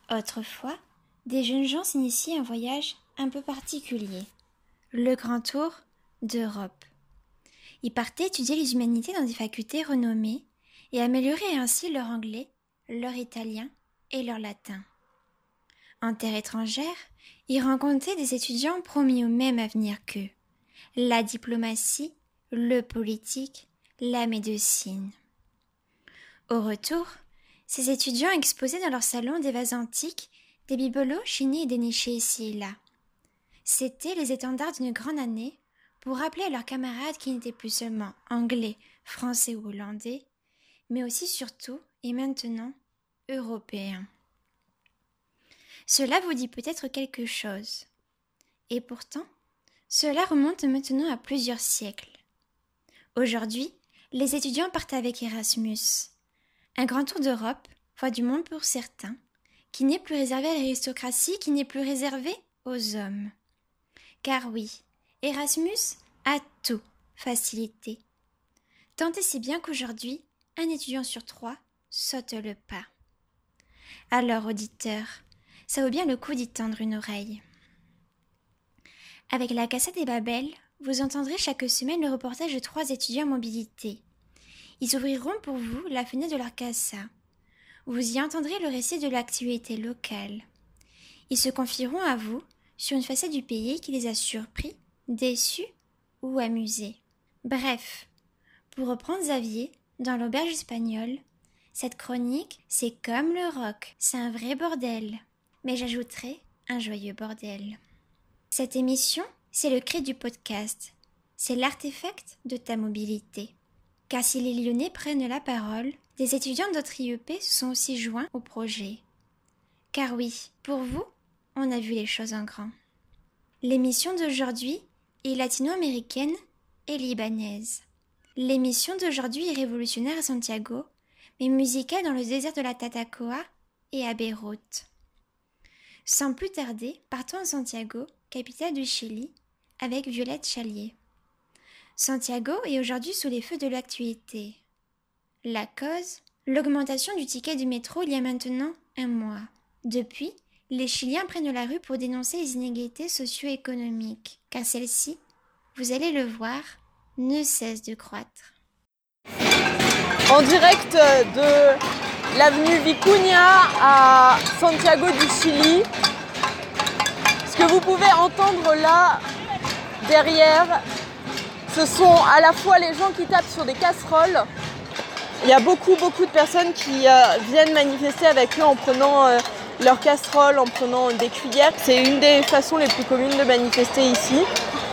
Autrefois, des jeunes gens s'initiaient à un voyage un peu particulier, le grand tour d'Europe. Ils partaient étudier les humanités dans des facultés renommées et amélioraient ainsi leur anglais, leur italien et leur latin. En terre étrangère, ils rencontraient des étudiants promis au même avenir qu'eux, la diplomatie, le politique, la médecine. Au retour, ces étudiants exposaient dans leur salon des vases antiques, des bibelots chinés et dénichés ici et là. C'étaient les étendards d'une grande année pour rappeler à leurs camarades qu'ils n'étaient plus seulement anglais, français ou hollandais, mais aussi surtout, et maintenant, européens. Cela vous dit peut-être quelque chose. Et pourtant, cela remonte maintenant à plusieurs siècles. Aujourd'hui, les étudiants partent avec Erasmus. Un grand tour d'Europe, voire du monde pour certains, qui n'est plus réservé à l'aristocratie, qui n'est plus réservé aux hommes. Car oui, Erasmus a tout facilité. Tant et si bien qu'aujourd'hui, un étudiant sur 3 saute le pas. Alors, auditeurs, ça vaut bien le coup d'y tendre une oreille. Avec la Casa des Babel, vous entendrez chaque semaine le reportage de 3 étudiants en mobilité. Ils ouvriront pour vous la fenêtre de leur casa. Vous y entendrez le récit de l'actualité locale. Ils se confieront à vous sur une facette du pays qui les a surpris, déçus ou amusés. Bref, pour reprendre Xavier, dans l'auberge espagnole, cette chronique, c'est comme le rock, c'est un vrai bordel. Mais j'ajouterai un joyeux bordel. Cette émission, c'est le cri du podcast. C'est l'artefact de ta mobilité. Car si les Lyonnais prennent la parole, des étudiants d'autres IEP se sont aussi joints au projet. Car oui, pour vous, on a vu les choses en grand. L'émission d'aujourd'hui est latino-américaine et libanaise. L'émission d'aujourd'hui est révolutionnaire à Santiago, mais musicale dans le désert de la Tatacoa et à Beyrouth. Sans plus tarder, partons à Santiago, capitale du Chili, avec Violette Chalier. Santiago est aujourd'hui sous les feux de l'actualité. La cause, l'augmentation du ticket du métro il y a maintenant 1 mois. Depuis, les Chiliens prennent la rue pour dénoncer les inégalités socio-économiques, car celles-ci, vous allez le voir, ne cessent de croître. En direct de l'avenue Vicuña à Santiago du Chili, ce que vous pouvez entendre là, derrière, ce sont à la fois les gens qui tapent sur des casseroles. Il y a beaucoup de personnes qui viennent manifester avec eux en prenant leurs casseroles, en prenant des cuillères. C'est une des façons les plus communes de manifester ici.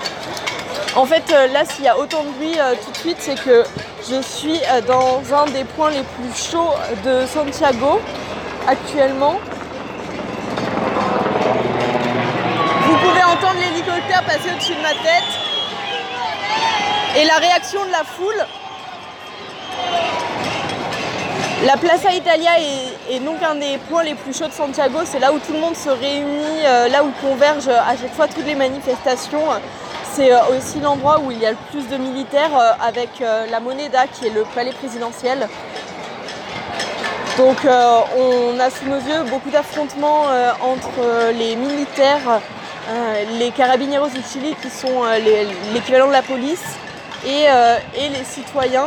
En fait, là, s'il y a autant de bruit tout de suite, c'est que je suis dans un des points les plus chauds de Santiago actuellement. Vous pouvez entendre l'hélicoptère passer au-dessus de ma tête. Et la réaction de la foule. La Plaza Italia est donc un des points les plus chauds de Santiago. C'est là où tout le monde se réunit, là où convergent à chaque fois toutes les manifestations. C'est aussi l'endroit où il y a le plus de militaires avec la Moneda qui est le palais présidentiel. Donc on a sous nos yeux beaucoup d'affrontements entre les militaires, les carabineros du Chili qui sont l'équivalent de la police et les citoyens.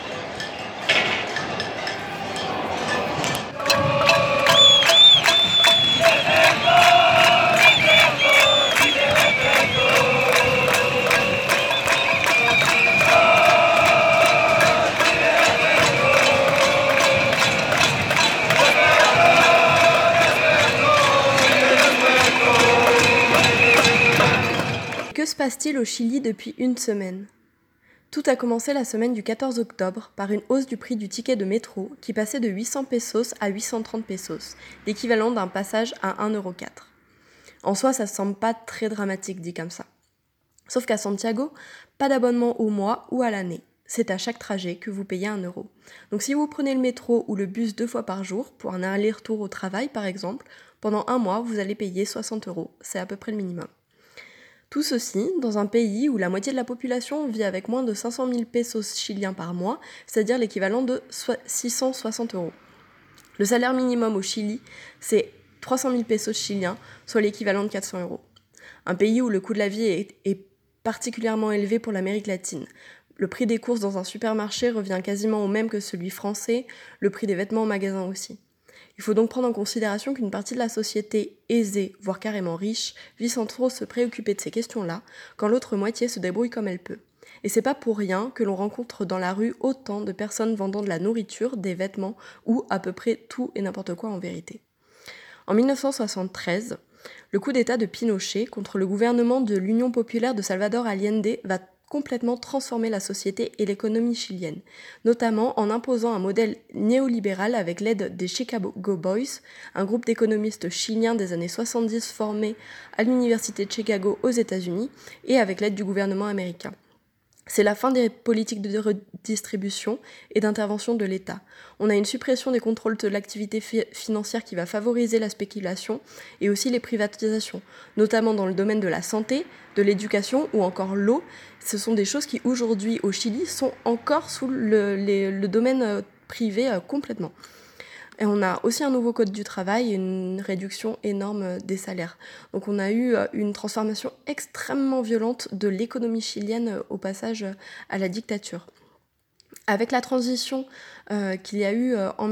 Que se passe-t-il au Chili depuis une semaine ? Tout a commencé la semaine du 14 octobre par une hausse du prix du ticket de métro qui passait de 800 pesos à 830 pesos, l'équivalent d'un passage à 1,04 €. En soi, ça ne semble pas très dramatique dit comme ça. Sauf qu'à Santiago, pas d'abonnement au mois ou à l'année. C'est à chaque trajet que vous payez 1 €. Donc si vous prenez le métro ou le bus 2 fois par jour, pour un aller-retour au travail par exemple, pendant 1 mois, vous allez payer 60 €. C'est à peu près le minimum. Tout ceci dans un pays où la moitié de la population vit avec moins de 500 000 pesos chiliens par mois, c'est-à-dire l'équivalent de 660 €. Le salaire minimum au Chili, c'est 300 000 pesos chiliens, soit l'équivalent de 400 €. Un pays où le coût de la vie est particulièrement élevé pour l'Amérique latine. Le prix des courses dans un supermarché revient quasiment au même que celui français, le prix des vêtements au magasin aussi. Il faut donc prendre en considération qu'une partie de la société aisée, voire carrément riche, vit sans trop se préoccuper de ces questions-là, quand l'autre moitié se débrouille comme elle peut. Et c'est pas pour rien que l'on rencontre dans la rue autant de personnes vendant de la nourriture, des vêtements ou à peu près tout et n'importe quoi en vérité. En 1973, le coup d'État de Pinochet contre le gouvernement de l'Union populaire de Salvador Allende va complètement transformer la société et l'économie chilienne, notamment en imposant un modèle néolibéral avec l'aide des Chicago Boys, un groupe d'économistes chiliens des années 70 formés à l'université de Chicago aux États-Unis et avec l'aide du gouvernement américain. C'est la fin des politiques de redistribution et d'intervention de l'État. On a une suppression des contrôles de l'activité financière qui va favoriser la spéculation et aussi les privatisations, notamment dans le domaine de la santé, de l'éducation ou encore l'eau. Ce sont des choses qui aujourd'hui au Chili sont encore sous le domaine privé complètement. Et on a aussi un nouveau code du travail et une réduction énorme des salaires. Donc on a eu une transformation extrêmement violente de l'économie chilienne au passage à la dictature. Avec la transition qu'il y a eu en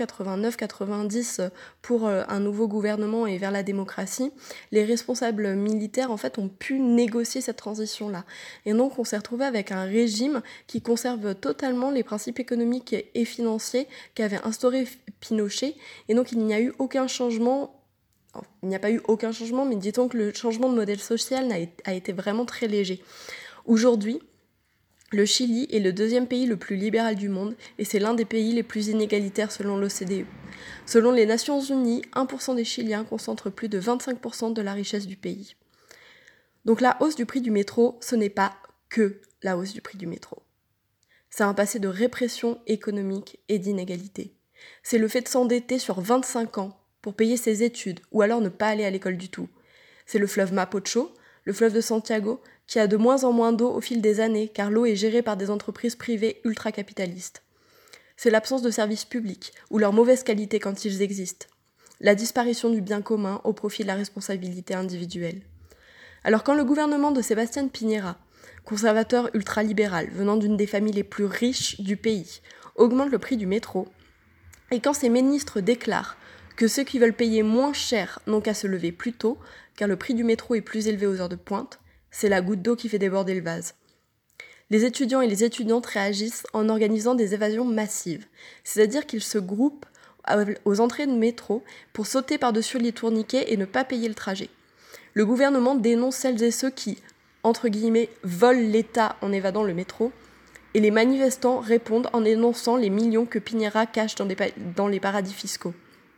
1989-90 pour un nouveau gouvernement et vers la démocratie, les responsables militaires en fait ont pu négocier cette transition-là. Et donc on s'est retrouvé avec un régime qui conserve totalement les principes économiques et financiers qu'avait instauré Pinochet. Et donc il n'y a eu aucun changement. Il n'y a pas eu aucun changement, mais disons que le changement de modèle social a été vraiment très léger. Aujourd'hui, le Chili est le deuxième pays le plus libéral du monde et c'est l'un des pays les plus inégalitaires selon l'OCDE. Selon les Nations Unies, 1% des Chiliens concentrent plus de 25% de la richesse du pays. Donc la hausse du prix du métro, ce n'est pas que la hausse du prix du métro. C'est un passé de répression économique et d'inégalité. C'est le fait de s'endetter sur 25 ans pour payer ses études ou alors ne pas aller à l'école du tout. C'est le fleuve Mapocho, le fleuve de Santiago, qui a de moins en moins d'eau au fil des années, car l'eau est gérée par des entreprises privées ultra-capitalistes. C'est l'absence de services publics, ou leur mauvaise qualité quand ils existent. La disparition du bien commun au profit de la responsabilité individuelle. Alors quand le gouvernement de Sebastián Piñera, conservateur ultralibéral venant d'une des familles les plus riches du pays, augmente le prix du métro, et quand ses ministres déclarent que ceux qui veulent payer moins cher n'ont qu'à se lever plus tôt, car le prix du métro est plus élevé aux heures de pointe, c'est la goutte d'eau qui fait déborder le vase. Les étudiants et les étudiantes réagissent en organisant des évasions massives, c'est-à-dire qu'ils se groupent aux entrées de métro pour sauter par-dessus les tourniquets et ne pas payer le trajet. Le gouvernement dénonce celles et ceux qui, entre guillemets, volent l'État en évadant le métro, et les manifestants répondent en dénonçant les millions que Piñera cache dans les paradis fiscaux.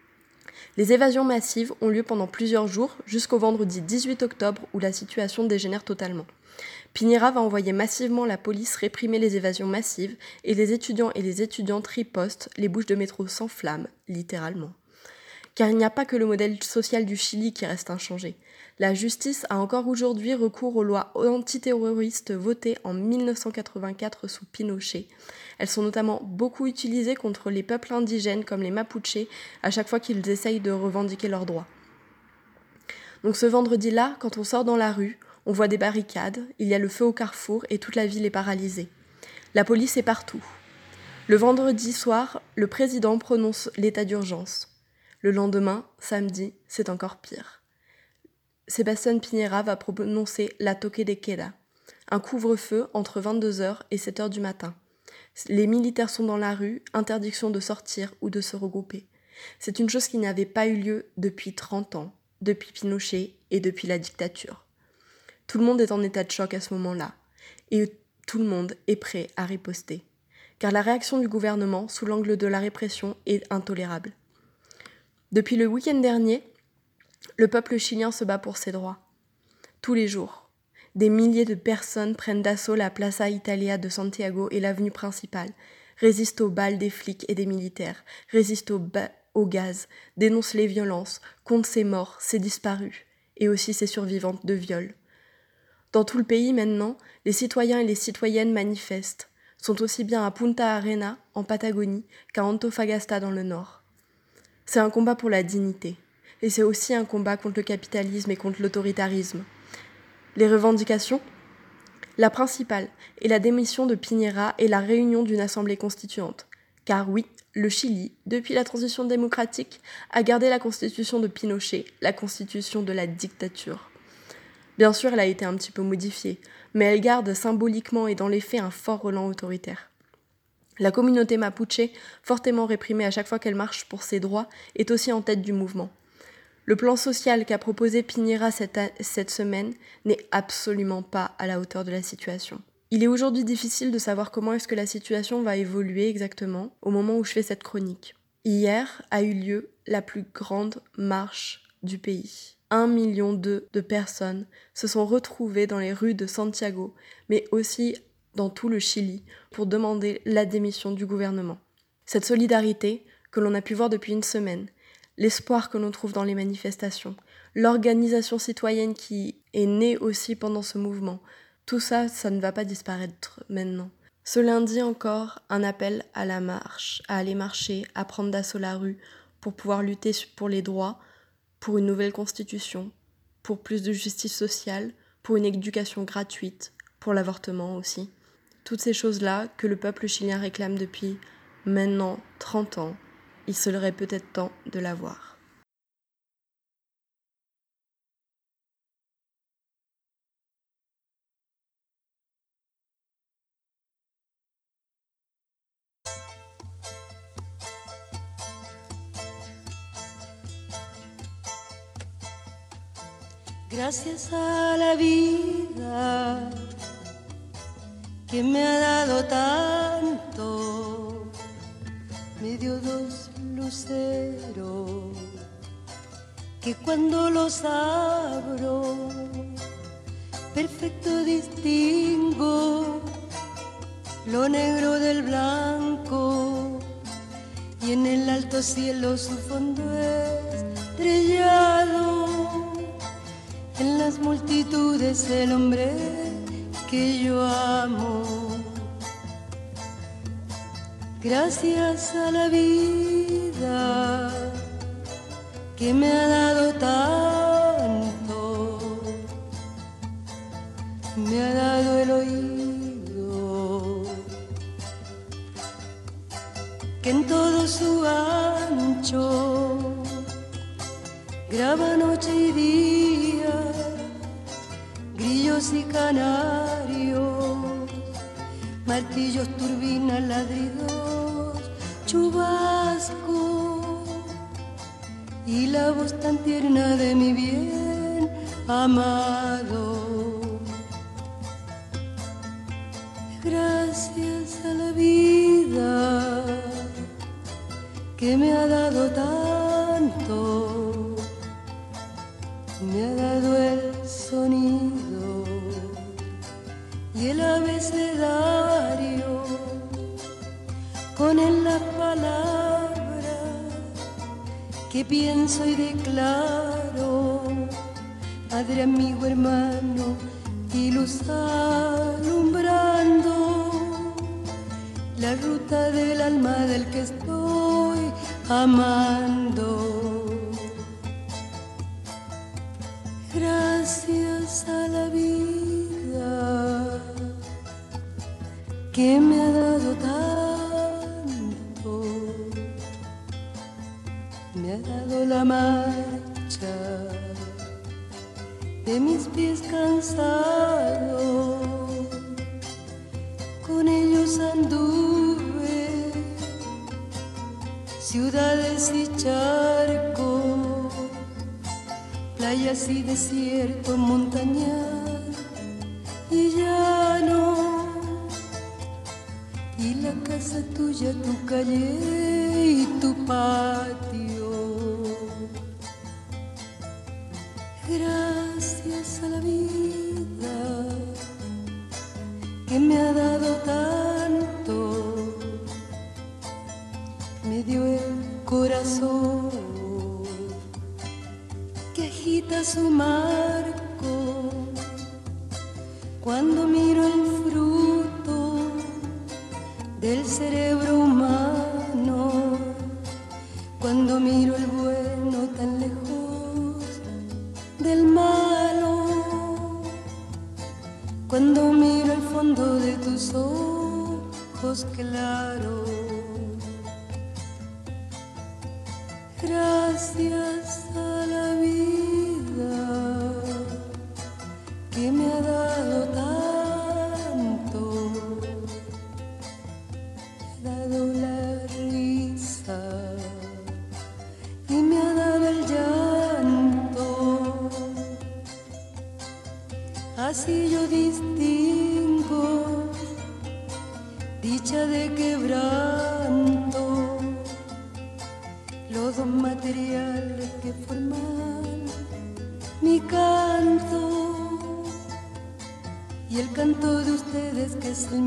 Les évasions massives ont lieu pendant plusieurs jours, jusqu'au vendredi 18 octobre où la situation dégénère totalement. Piñera va envoyer massivement la police réprimer les évasions massives et les étudiants et les étudiantes ripostent, les bouches de métro s'enflamment, littéralement. Car il n'y a pas que le modèle social du Chili qui reste inchangé. La justice a encore aujourd'hui recours aux lois antiterroristes votées en 1984 sous Pinochet. Elles sont notamment beaucoup utilisées contre les peuples indigènes comme les Mapuches à chaque fois qu'ils essayent de revendiquer leurs droits. Donc ce vendredi-là, quand on sort dans la rue, on voit des barricades, il y a le feu au carrefour et toute la ville est paralysée. La police est partout. Le vendredi soir, le président prononce l'état d'urgence. Le lendemain, samedi, c'est encore pire. Sebastián Piñera va prononcer la toque de queda, un couvre-feu entre 22h et 7h du matin. Les militaires sont dans la rue, interdiction de sortir ou de se regrouper. C'est une chose qui n'avait pas eu lieu depuis 30 ans, depuis Pinochet et depuis la dictature. Tout le monde est en état de choc à ce moment-là, et tout le monde est prêt à riposter, car la réaction du gouvernement sous l'angle de la répression est intolérable. Depuis le week-end dernier, le peuple chilien se bat pour ses droits. Tous les jours, des milliers de personnes prennent d'assaut la Plaza Italia de Santiago et l'avenue principale, résistent aux balles des flics et des militaires, résistent au gaz, dénoncent les violences, comptent ses morts, ses disparus, et aussi ses survivantes de viol. Dans tout le pays maintenant, les citoyens et les citoyennes manifestent, sont aussi bien à Punta Arenas, en Patagonie, qu'à Antofagasta dans le nord. C'est un combat pour la dignité. Et c'est aussi un combat contre le capitalisme et contre l'autoritarisme. Les revendications ? La principale est la démission de Piñera et la réunion d'une assemblée constituante. Car oui, le Chili, depuis la transition démocratique, a gardé la constitution de Pinochet, la constitution de la dictature. Bien sûr, elle a été un petit peu modifiée, mais elle garde symboliquement et dans les faits un fort relent autoritaire. La communauté mapuche, fortement réprimée à chaque fois qu'elle marche pour ses droits, est aussi en tête du mouvement. Le plan social qu'a proposé Piñera cette semaine n'est absolument pas à la hauteur de la situation. Il est aujourd'hui difficile de savoir comment est-ce que la situation va évoluer exactement au moment où je fais cette chronique. Hier a eu lieu la plus grande marche du pays. 1,2 million de personnes se sont retrouvées dans les rues de Santiago, mais aussi dans tout le Chili, pour demander la démission du gouvernement. Cette solidarité que l'on a pu voir depuis une semaine, l'espoir que l'on trouve dans les manifestations, l'organisation citoyenne qui est née aussi pendant ce mouvement, tout ça, ça ne va pas disparaître maintenant. Ce lundi encore, un appel à la marche, à aller marcher, à prendre d'assaut la rue pour pouvoir lutter pour les droits, pour une nouvelle constitution, pour plus de justice sociale, pour une éducation gratuite, pour l'avortement aussi. Toutes ces choses-là que le peuple chilien réclame depuis maintenant 30 ans, il serait peut-être temps de l'avoir. Gracias a la vida que me ha dado tanto, me dio 2 luceros que cuando los abro perfecto distingo lo negro del blanco y en el alto cielo su fondo estrellado. En las multitudes el hombre que yo amo. Gracias a la vida que me ha dado tanto, me ha dado el oído que en todo su ancho graba noche y día, grillos y canarios, martillos, turbinas, ladridos, chubascos y la voz tan tierna de mi bien amado. Gracias a la vida que me ha dado tanto, me ha dado el sonido y el abecedario, con él las palabras que pienso y declaro, padre, amigo, hermano y luz alumbrando la ruta del alma del que estoy amando. Gracias a la vida que me ha dado tanto, me ha dado la marcha de mis pies cansados, con ellos anduve ciudades y charcos, playas y desiertos, montañas y llano, y la casa tuya, tu calle y tu patio. Gracias a la vida que me ha dado tanto, me dio el corazón que agita su marco cuando miro el fruto del cerebro humano, cuando miro el bueno tan lejos fondo de tus ojos claros. Gracias a la vida que me ha dado tanto, me ha dado la risa y me ha dado el llanto. Así yo distingo dicha de quebranto, los dos materiales que forman mi canto y el canto de ustedes que es el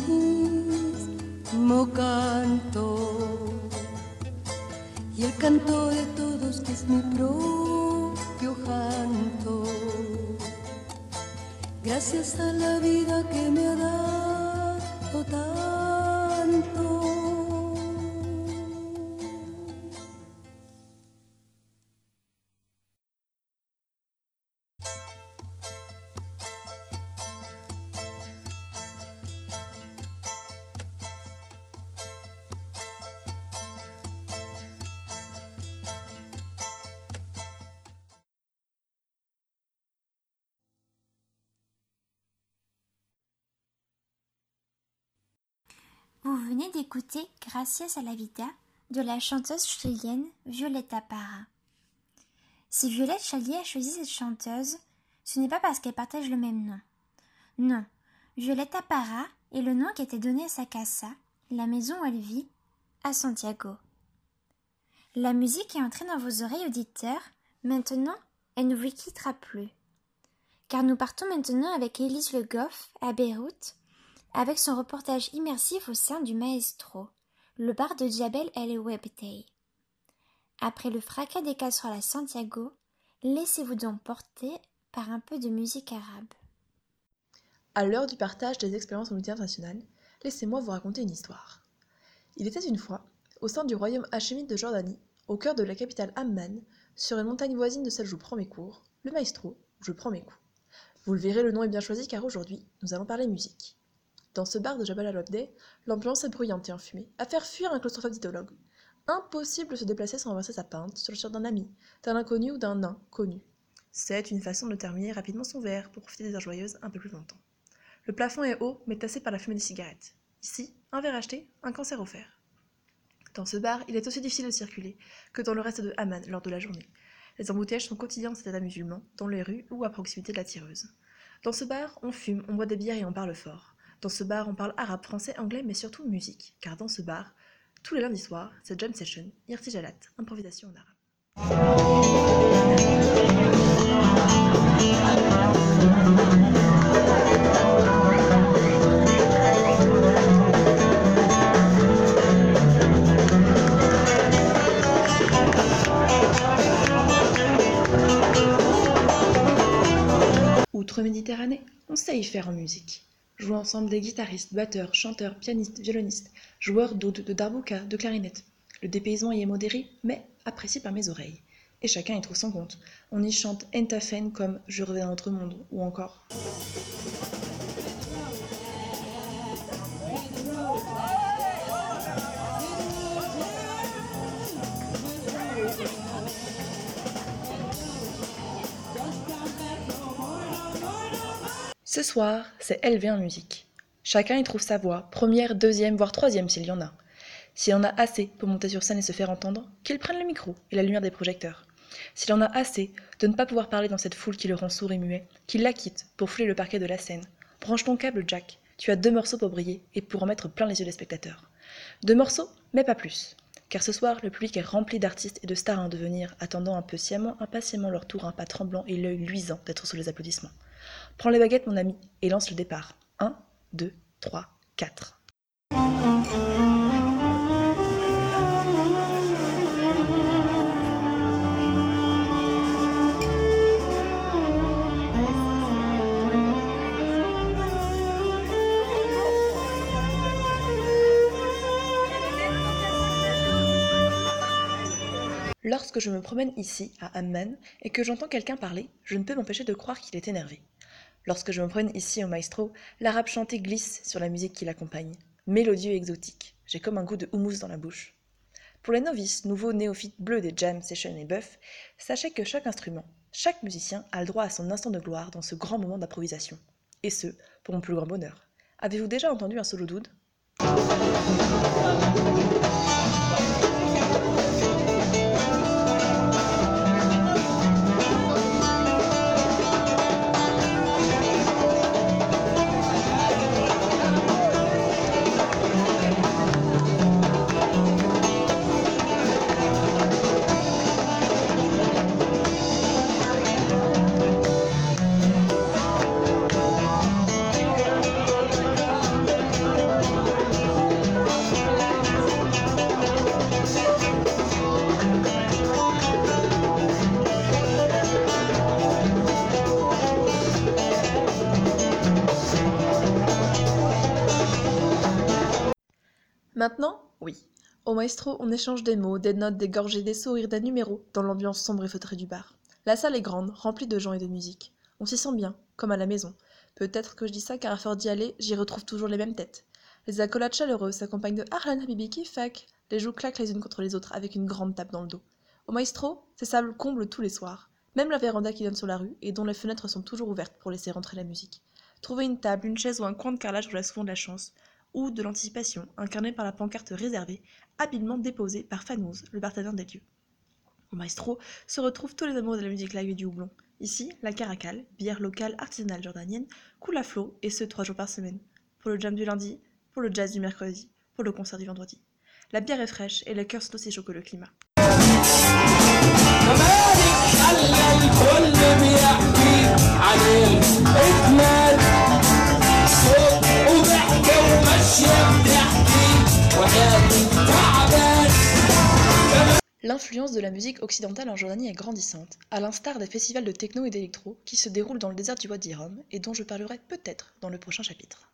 mismo canto y el canto de todos que es mi propio canto. Gracias a la vida que me ha dado tanto. Vous venez d'écouter Gracias a la vida de la chanteuse chilienne Violeta Parra. Si Violette Chalier a choisi cette chanteuse, ce n'est pas parce qu'elle partage le même nom. Non, Violeta Parra est le nom qui a été donné à sa casa, la maison où elle vit, à Santiago. La musique est entrée dans vos oreilles auditeurs, maintenant elle ne vous quittera plus. Car nous partons maintenant avec Élise Le Goff à Beyrouth, avec son reportage immersif au sein du Maestro, le bar de Jabel El Ouabtey. Après le fracas des casseroles à Santiago, laissez-vous donc porter par un peu de musique arabe. À l'heure du partage des expériences en multinationales, laissez-moi vous raconter une histoire. Il était une fois, au sein du royaume hachémite de Jordanie, au cœur de la capitale Amman, sur une montagne voisine de celle où je prends mes cours, le Maestro, où je prends mes coups. Vous le verrez, le nom est bien choisi car aujourd'hui, nous allons parler musique. Dans ce bar de Jabal al-Ouabtey, l'ambiance est bruyante et enfumée, à faire fuir un claustrophobe d'idologue. Impossible de se déplacer sans renverser sa pinte sur le shirt d'un ami, d'un inconnu ou d'un nain connu. C'est une façon de terminer rapidement son verre pour profiter des heures joyeuses un peu plus longtemps. Le plafond est haut, mais tassé par la fumée des cigarettes. Ici, un verre acheté, un cancer offert. Dans ce bar, il est aussi difficile de circuler que dans le reste de Amman lors de la journée. Les embouteillages sont quotidiens dans cet état musulman, dans les rues ou à proximité de la tireuse. Dans ce bar, on fume, on boit des bières et on parle fort. Dans ce bar, on parle arabe, français, anglais, mais surtout musique, car dans ce bar, tous les lundis soirs, c'est jam session, irtijalat, improvisation en arabe. Outre-Méditerranée, on sait y faire en musique. Jouent ensemble des guitaristes, batteurs, chanteurs, pianistes, violonistes, joueurs d'oud, de darbouka, de clarinette. Le dépaysement y est modéré, mais apprécié par mes oreilles. Et chacun y trouve son compte. On y chante Entafen comme Je rêvais d'un autre monde, ou encore Ce soir, c'est élevé en musique. Chacun y trouve sa voix, première, deuxième, voire troisième s'il y en a. S'il y en a assez pour monter sur scène et se faire entendre, qu'il prenne le micro et la lumière des projecteurs. S'il y en a assez de ne pas pouvoir parler dans cette foule qui le rend sourd et muet, qu'il la quitte pour fouler le parquet de la scène. Branche ton câble, Jack. Tu as 2 morceaux pour briller et pour en mettre plein les yeux des spectateurs. 2 morceaux, mais pas plus. Car ce soir, le public est rempli d'artistes et de stars en devenir, attendant un peu sciemment, impatiemment leur tour, un pas tremblant et l'œil luisant d'être sous les applaudissements. Prends les baguettes, mon ami, et lance le départ. 1, 2, 3, 4. Lorsque je me promène ici, à Amman, et que j'entends quelqu'un parler, je ne peux m'empêcher de croire qu'il est énervé. Lorsque je me promène ici au Maestro, l'arabe chanté glisse sur la musique qui l'accompagne. Mélodieux et exotique. J'ai comme un goût de houmous dans la bouche. Pour les novices, nouveaux néophytes bleus des jam sessions et buffs, sachez que chaque instrument, chaque musicien a le droit à son instant de gloire dans ce grand moment d'improvisation. Et ce, pour mon plus grand bonheur. Avez-vous déjà entendu un solo d'oud ? Maintenant, oui. Au Maestro, on échange des mots, des notes, des gorgées, des sourires, des numéros, dans l'ambiance sombre et feutrée du bar. La salle est grande, remplie de gens et de musique. On s'y sent bien, comme à la maison. Peut-être que je dis ça car à force d'y aller, j'y retrouve toujours les mêmes têtes. Les accolades chaleureuses s'accompagnent de Ahlan Habibi Kifak. Les joues claquent les unes contre les autres avec une grande tape dans le dos. Au Maestro, ces salles comblent tous les soirs. Même la véranda qui donne sur la rue et dont les fenêtres sont toujours ouvertes pour laisser rentrer la musique. Trouver une table, une chaise ou un coin de carrelage vous a souvent de la chance. Ou de l'anticipation, incarnée par la pancarte réservée, habilement déposée par Fanouz, le bartender des lieux. Au Maestro se retrouvent tous les amours de la musique live et du houblon. Ici, la Caracal, bière locale artisanale jordanienne, coule à flot, et ce 3 jours par semaine. Pour le jam du lundi, pour le jazz du mercredi, pour le concert du vendredi. La bière est fraîche et les cœurs sont aussi chauds que le climat. L'influence de la musique occidentale en Jordanie est grandissante, à l'instar des festivals de techno et d'électro qui se déroulent dans le désert du Wadi Rum et dont je parlerai peut-être dans le prochain chapitre.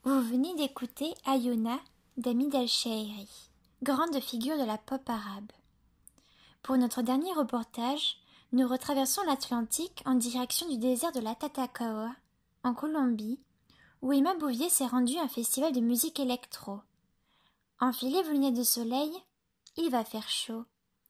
Vous venez d'écouter Ayona d'Hamid El-Shaeri, grande figure de la pop arabe. Pour notre dernier reportage, nous retraversons l'Atlantique en direction du désert de la Tatacoa, en Colombie, où Emma Bouvier s'est rendue à un festival de musique électro. Enfilez vos lunettes de soleil, il va faire chaud.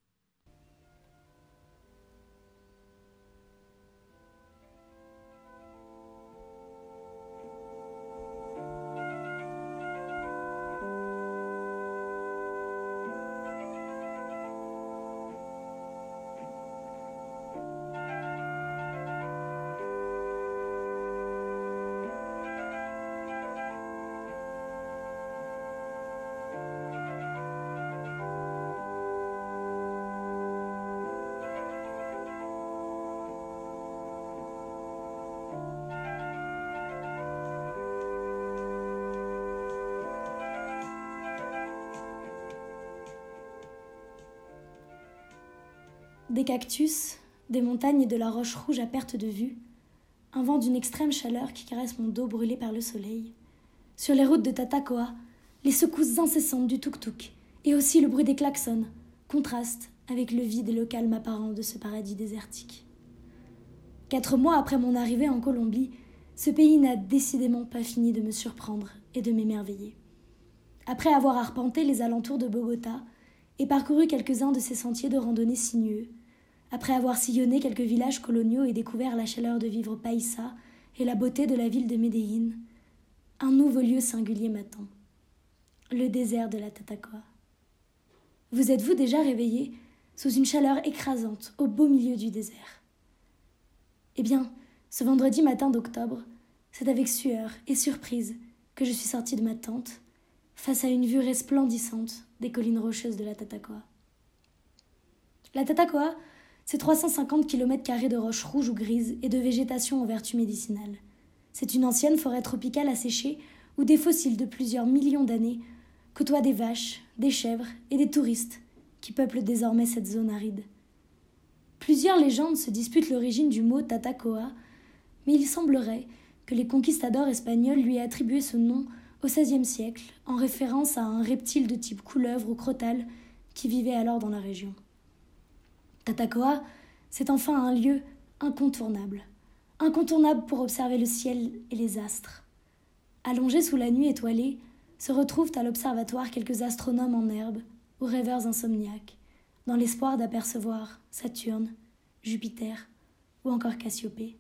Des cactus, des montagnes et de la roche rouge à perte de vue, un vent d'une extrême chaleur qui caresse mon dos brûlé par le soleil. Sur les routes de Tatacoa, les secousses incessantes du tuk-tuk et aussi le bruit des klaxons contrastent avec le vide et le calme apparent de ce paradis désertique. 4 mois après mon arrivée en Colombie, ce pays n'a décidément pas fini de me surprendre et de m'émerveiller. Après avoir arpenté les alentours de Bogota et parcouru quelques-uns de ses sentiers de randonnée sinueux, après avoir sillonné quelques villages coloniaux et découvert la chaleur de vivre païssa et la beauté de la ville de Medellín, un nouveau lieu singulier m'attend, le désert de la Tatacoa. Vous êtes-vous déjà réveillé sous une chaleur écrasante au beau milieu du désert? Eh bien, ce vendredi matin d'octobre, c'est avec sueur et surprise que je suis sortie de ma tente face à une vue resplendissante des collines rocheuses de la Tatacoa. La Tatacoa, c'est 350 km² de roches rouges ou grises et de végétation aux vertus médicinales. C'est une ancienne forêt tropicale asséchée où des fossiles de plusieurs millions d'années côtoient des vaches, des chèvres et des touristes qui peuplent désormais cette zone aride. Plusieurs légendes se disputent l'origine du mot Tatacoa, mais il semblerait que les conquistadors espagnols lui aient attribué ce nom au XVIe siècle, en référence à un reptile de type couleuvre ou crotale qui vivait alors dans la région. Tatacoa, c'est enfin un lieu incontournable pour observer le ciel et les astres. Allongés sous la nuit étoilée, se retrouvent à l'observatoire quelques astronomes en herbe ou rêveurs insomniaques, dans l'espoir d'apercevoir Saturne, Jupiter ou encore Cassiopée.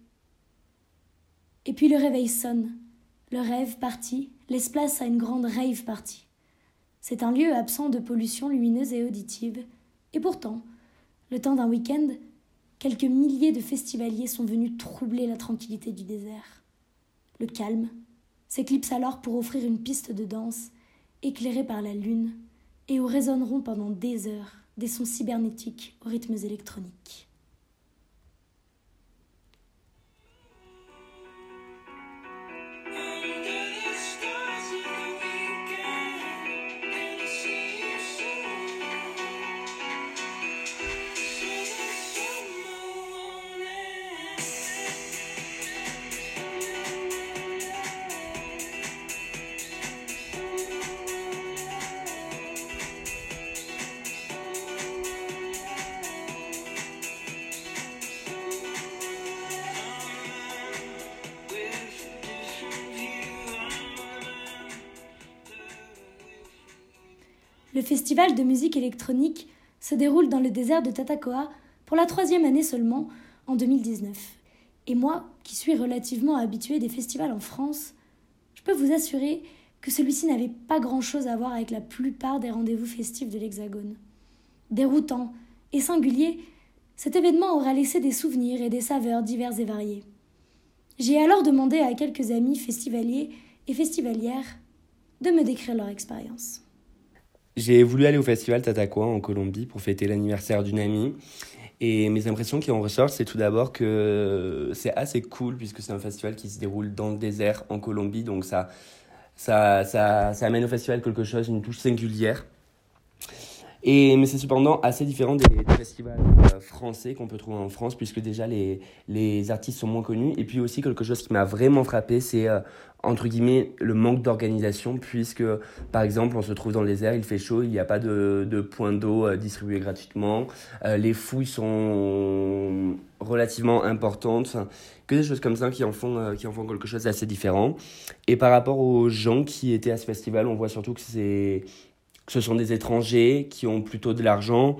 Et puis le réveil sonne. Le rêve parti laisse place à une grande rave party. C'est un lieu absent de pollution lumineuse et auditive, et pourtant, le temps d'un week-end, quelques milliers de festivaliers sont venus troubler la tranquillité du désert. Le calme s'éclipse alors pour offrir une piste de danse éclairée par la lune et où résonneront pendant des heures des sons cybernétiques aux rythmes électroniques. Le festival de musique électronique se déroule dans le désert de Tatacoa pour la 3e année seulement, en 2019. Et moi, qui suis relativement habituée des festivals en France, je peux vous assurer que celui-ci n'avait pas grand-chose à voir avec la plupart des rendez-vous festifs de l'Hexagone. Déroutant et singulier, cet événement aura laissé des souvenirs et des saveurs diverses et variées. J'ai alors demandé à quelques amis festivaliers et festivalières de me décrire leur expérience. J'ai voulu aller au festival Tatacoa en Colombie pour fêter l'anniversaire d'une amie. Et mes impressions qui en ressortent, c'est tout d'abord que c'est assez cool puisque c'est un festival qui se déroule dans le désert en Colombie. Donc ça amène au festival quelque chose, une touche singulière. Mais c'est cependant assez différent des festivals français qu'on peut trouver en France, puisque déjà les artistes sont moins connus. Et puis aussi quelque chose qui m'a vraiment frappé, c'est entre guillemets le manque d'organisation, puisque par exemple on se trouve dans le désert, il fait chaud, il n'y a pas de point d'eau distribué gratuitement, les fouilles sont relativement importantes, enfin, que des choses comme ça qui en font quelque chose d'assez différent. Et par rapport aux gens qui étaient à ce festival, on voit surtout que ce sont des étrangers qui ont plutôt de l'argent,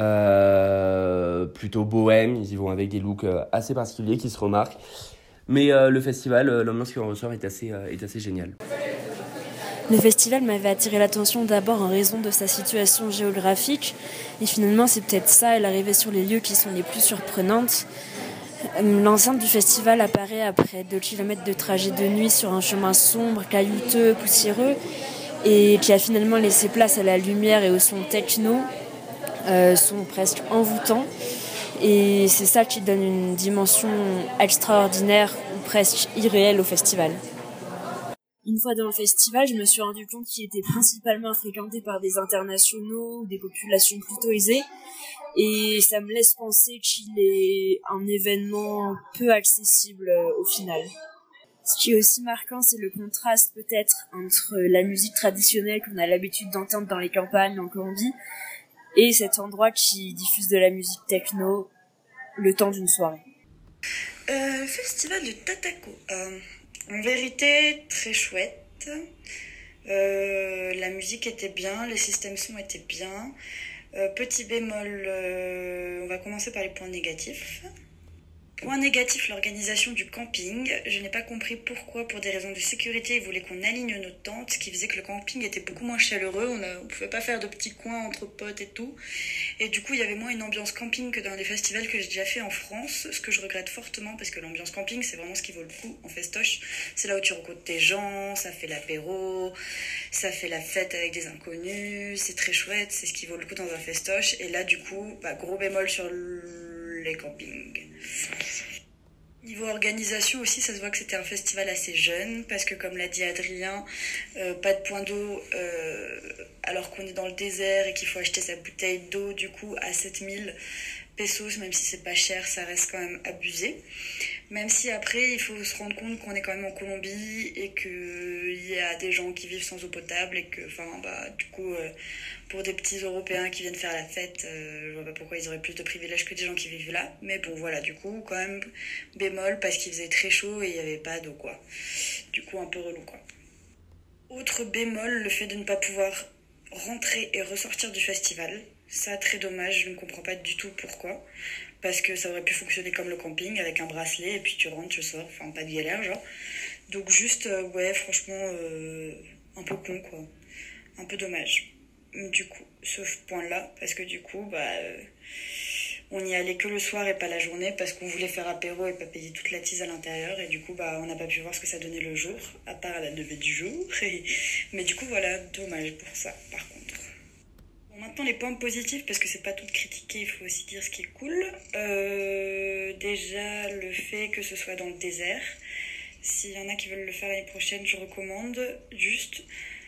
plutôt bohèmes, ils y vont avec des looks assez particuliers qui se remarquent. Mais le festival, l'ambiance qui en ressort est assez géniale. Le festival m'avait attiré l'attention d'abord en raison de sa situation géographique, et finalement c'est peut-être ça, l'arrivée sur les lieux qui sont les plus surprenantes. L'enceinte du festival apparaît après 2 kilomètres de trajet de nuit sur un chemin sombre, caillouteux, poussiéreux, et qui a finalement laissé place à la lumière et au son techno, son presque envoûtant. Et c'est ça qui donne une dimension extraordinaire ou presque irréelle au festival. Une fois dans le festival, je me suis rendu compte qu'il était principalement fréquenté par des internationaux ou des populations plutôt aisées. Et ça me laisse penser qu'il est un événement peu accessible au final. Ce qui est aussi marquant, c'est le contraste peut-être entre la musique traditionnelle qu'on a l'habitude d'entendre dans les campagnes en Colombie et cet endroit qui diffuse de la musique techno le temps d'une soirée. Festival de Tataco. En vérité, très chouette. La musique était bien, les systèmes son étaient bien. Petit bémol, on va commencer par les points négatifs. Point négatif, l'organisation du camping. Je n'ai pas compris pourquoi, pour des raisons de sécurité, ils voulaient qu'on aligne nos tentes, ce qui faisait que le camping était beaucoup moins chaleureux. On pouvait pas faire de petits coins entre potes et tout. Et du coup, il y avait moins une ambiance camping que dans les festivals que j'ai déjà fait en France, ce que je regrette fortement parce que l'ambiance camping, c'est vraiment ce qui vaut le coup en festoche. C'est là où tu rencontres tes gens, ça fait l'apéro, ça fait la fête avec des inconnus, c'est très chouette, c'est ce qui vaut le coup dans un festoche. Et là, du coup, gros bémol sur les campings. Niveau organisation aussi, ça se voit que c'était un festival assez jeune parce que comme l'a dit Adrien, pas de point d'eau alors qu'on est dans le désert et qu'il faut acheter sa bouteille d'eau du coup à 7000 pesos, même si c'est pas cher, ça reste quand même abusé. Même si après il faut se rendre compte qu'on est quand même en Colombie et qu'il y a des gens qui vivent sans eau potable et que du coup pour des petits Européens qui viennent faire la fête, je vois pas pourquoi ils auraient plus de privilèges que des gens qui vivent là. Mais bon voilà, du coup quand même bémol parce qu'il faisait très chaud et il y avait pas d'eau quoi. Du coup un peu relou quoi. Autre bémol, le fait de ne pas pouvoir rentrer et ressortir du festival. Ça, très dommage, je ne comprends pas du tout pourquoi. Parce que ça aurait pu fonctionner comme le camping, avec un bracelet, et puis tu rentres, tu sors, enfin pas de galère, genre. Donc juste, franchement, un peu con, quoi. Un peu dommage. Du coup, ce point-là, parce que du coup, on n'y allait que le soir et pas la journée, parce qu'on voulait faire apéro et pas payer toute la tease à l'intérieur, et du coup, on n'a pas pu voir ce que ça donnait le jour, à part à la levée du jour. Mais du coup, voilà, dommage pour ça, par contre. Maintenant les points positifs, parce que c'est pas tout critiquer, il faut aussi dire ce qui est cool. Déjà le fait que ce soit dans le désert. S'il y en a qui veulent le faire l'année prochaine, je recommande. Juste,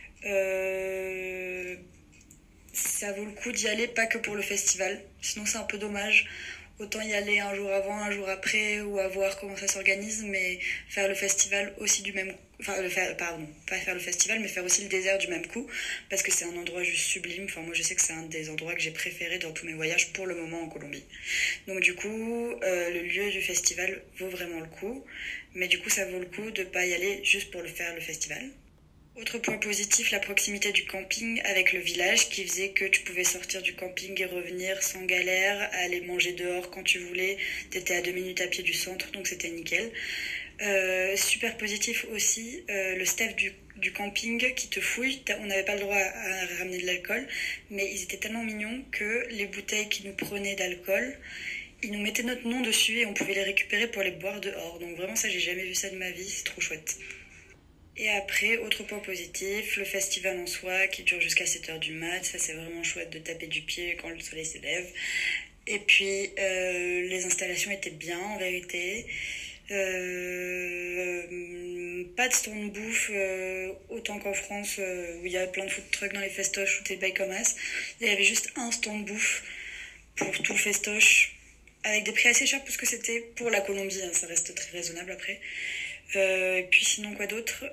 ça vaut le coup d'y aller, pas que pour le festival. Sinon c'est un peu dommage. Autant y aller un jour avant, un jour après, ou à voir comment ça s'organise, mais faire le festival aussi du même coup. Pas faire le festival, mais faire aussi le désert du même coup, parce que c'est un endroit juste sublime. Enfin, moi je sais que c'est un des endroits que j'ai préféré dans tous mes voyages pour le moment en Colombie. Donc du coup, le lieu du festival vaut vraiment le coup, mais du coup ça vaut le coup de pas y aller juste pour faire le festival. Autre point positif, la proximité du camping avec le village qui faisait que tu pouvais sortir du camping et revenir sans galère, aller manger dehors quand tu voulais. T'étais à 2 minutes à pied du centre, donc c'était nickel. Super positif aussi, le staff du camping qui te fouille. On n'avait pas le droit à ramener de l'alcool, mais ils étaient tellement mignons que les bouteilles qu'ils nous prenaient d'alcool, ils nous mettaient notre nom dessus et on pouvait les récupérer pour les boire dehors. Donc vraiment ça, j'ai jamais vu ça de ma vie, c'est trop chouette. Et après, autre point positif, le festival en soi qui dure jusqu'à 7h du mat. Ça c'est vraiment chouette de taper du pied quand le soleil s'élève. Et puis les installations étaient bien en vérité. pas de stand bouffe, autant qu'en France, où il y a plein de food trucks dans les festoches ou des bails comme as. Il y avait juste un stand bouffe pour tout le festoche, avec des prix assez chers, parce que c'était pour la Colombie, hein, ça reste très raisonnable après. Et puis sinon, quoi d'autre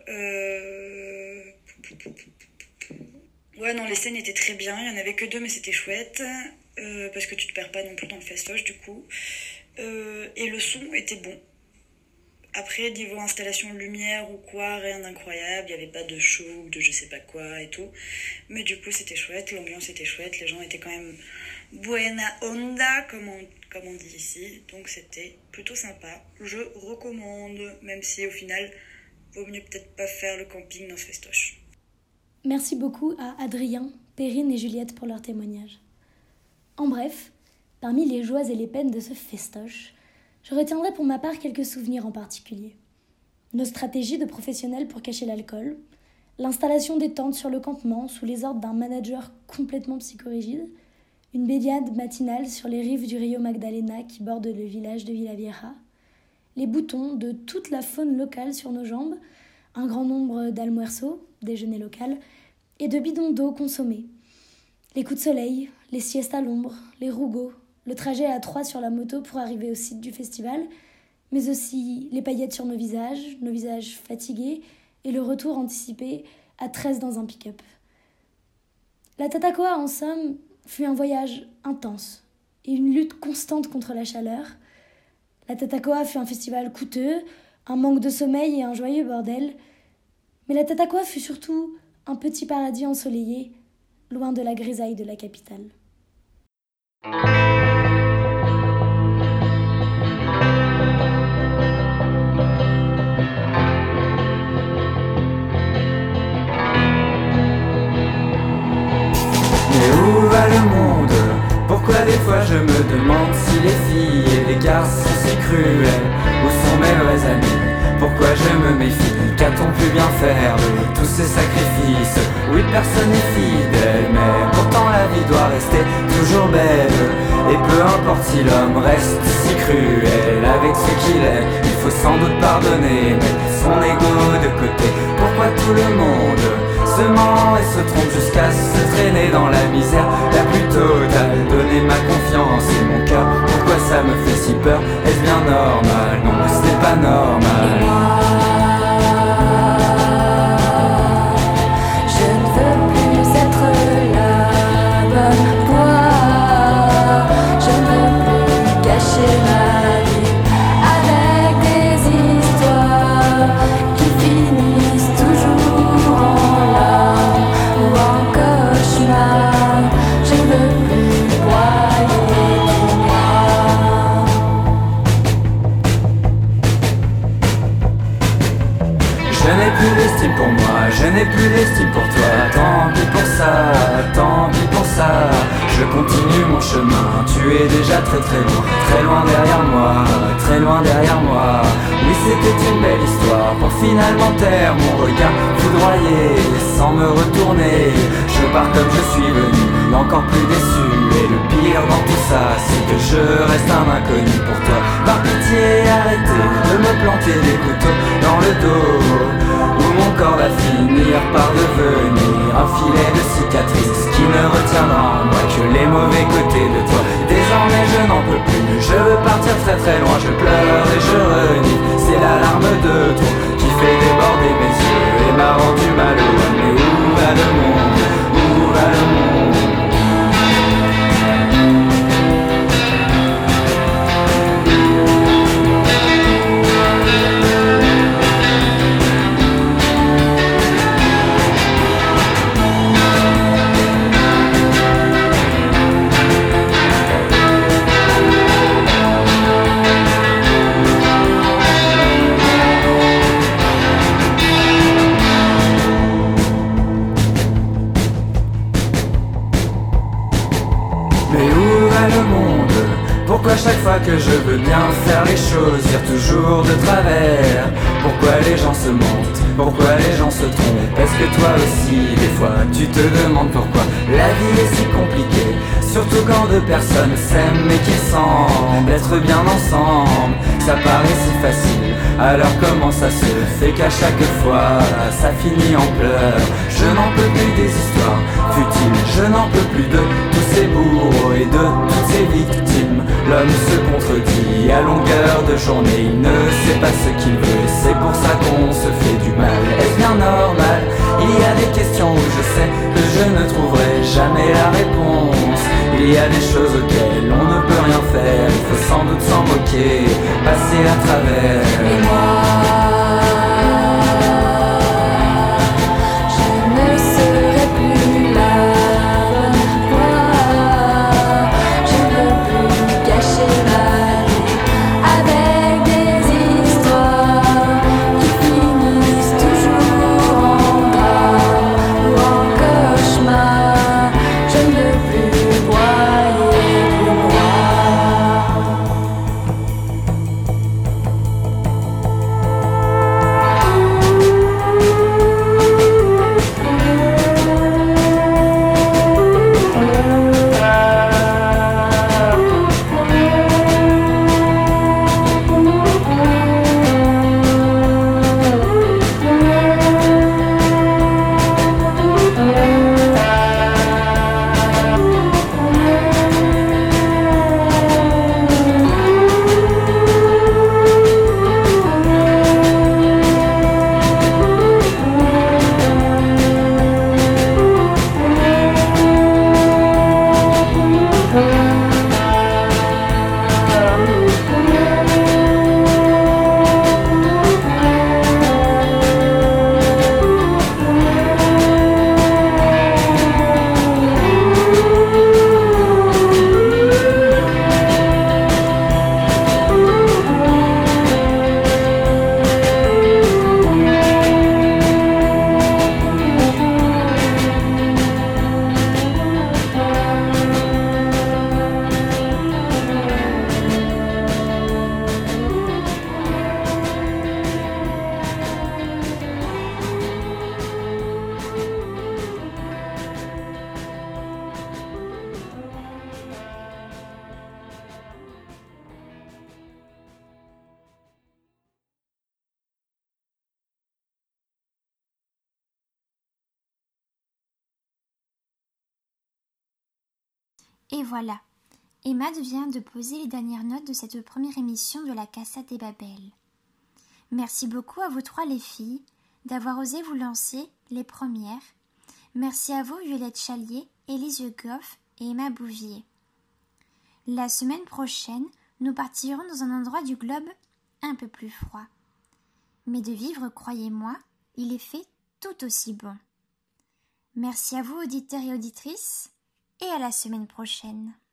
Ouais, non, les scènes étaient très bien, il y en avait que 2, mais c'était chouette, parce que tu te perds pas non plus dans le festoche, du coup. Et le son était bon. Après, niveau installation lumière ou quoi, rien d'incroyable, il n'y avait pas de show ou de je sais pas quoi et tout. Mais du coup, c'était chouette, l'ambiance était chouette, les gens étaient quand même buena onda, comme on dit ici. Donc c'était plutôt sympa. Je recommande, même si au final, vaut mieux peut-être pas faire le camping dans ce festoche. Merci beaucoup à Adrien, Perrine et Juliette pour leur témoignage. En bref, parmi les joies et les peines de ce festoche, je retiendrai pour ma part quelques souvenirs en particulier. Nos stratégies de professionnels pour cacher l'alcool, l'installation des tentes sur le campement sous les ordres d'un manager complètement psychorigide, une baignade matinale sur les rives du Rio Magdalena qui borde le village de Villavieja, les boutons de toute la faune locale sur nos jambes, un grand nombre d'almuerzo, déjeuner local, et de bidons d'eau consommés, les coups de soleil, les siestes à l'ombre, les rougots, le trajet à 3 sur la moto pour arriver au site du festival, mais aussi les paillettes sur nos visages fatigués, et le retour anticipé à 13 dans un pick-up. La Tatacoa, en somme, fut un voyage intense et une lutte constante contre la chaleur. La Tatacoa fut un festival coûteux, un manque de sommeil et un joyeux bordel. Mais la Tatacoa fut surtout un petit paradis ensoleillé, loin de la grisaille de la capitale. Mais où va le monde? Pourquoi des fois je me demande si les filles et les garçons sont si cruels? Où sont mes vrais amis? Pourquoi je me méfie? Qu'a-t-on pu bien faire de tous ces sacrifices? Oui, personne n'est fidèle, mais pourtant la vie doit rester toujours belle. Et peu importe si l'homme reste si cruel avec ce qu'il est, il faut sans doute pardonner, mettre son ego de côté. Pourquoi tout le monde se ment et se trompe jusqu'à se traîner dans la misère la plus totale? Donner ma confiance et mon cœur, pourquoi ça me fait si peur? Est-ce bien normal? Non, ce n'est pas normal. Je ne veux plus être la bonne voix. Je ne veux plus gâcher ma vie avec des histoires qui finissent toujours en larmes ou en cauchemar. Je ne veux plus broyer tout noir. Je n'ai plus d'estime pour moi, je n'ai plus d'estime pour toi. Tant pis pour ça, tant pis pour ça. Je continue mon chemin, tu es déjà très loin derrière moi, très loin derrière moi. Oui, c'était une belle histoire pour finalement taire mon regard foudroyé sans me retourner. Je pars comme je suis venu, encore plus déçu. Et le pire dans tout ça, c'est que je reste un inconnu pour toi. Par pitié, arrêtez de me planter des couteaux dans le dos, où mon corps va finir par devenir un filet de cicatrices qui ne retiendra en moi que les mauvais côtés de toi. Désormais je n'en peux plus, je veux partir très très loin. Je pleure et je renie, c'est la larme de trop qui fait déborder mes yeux et m'a rendu malheureux. Mais où va le monde? Où va le monde? Pourquoi chaque fois que je veux bien faire les choses vire toujours de travers? Pourquoi Pourquoi les gens se mentent? Pourquoi les gens se trompent? Est-ce que toi aussi, des fois, tu te demandes pourquoi la vie est si compliquée? Surtout quand deux personnes s'aiment et qu'ils semblent être bien ensemble. Ça paraît si facile, alors comment ça se fait qu'à chaque fois ça finit en pleurs? Je n'en peux plus des histoires futiles, je n'en peux plus de tous ces bourreaux et de toutes ces victimes. L'homme se contredit à longueur de journée, il ne sait pas ce qu'il veut, c'est pour ça qu'on se fait du mal. Est-ce bien normal? Il y a des questions où je sais que je ne trouverai jamais la réponse. Il y a des choses auxquelles on ne peut rien faire, il faut sans doute s'en moquer, passer à travers. Et moi, je ne serai plus là. Moi, je ne veux plus gâcher ma vie avec des histoires qui finissent toujours en drame ou en cauchemar. Je ne veux plus broyer du noir. Et voilà, Emma vient de poser les dernières notes de cette première émission de la Casa des Babel. Merci beaucoup à vous trois les filles d'avoir osé vous lancer les premières. Merci à vous Violette Chalier, Élise Goff et Emma Bouvier. La semaine prochaine, nous partirons dans un endroit du globe un peu plus froid. Mais de vivre, croyez-moi, il est fait tout aussi bon. Merci à vous auditeurs et auditrices, et à la semaine prochaine.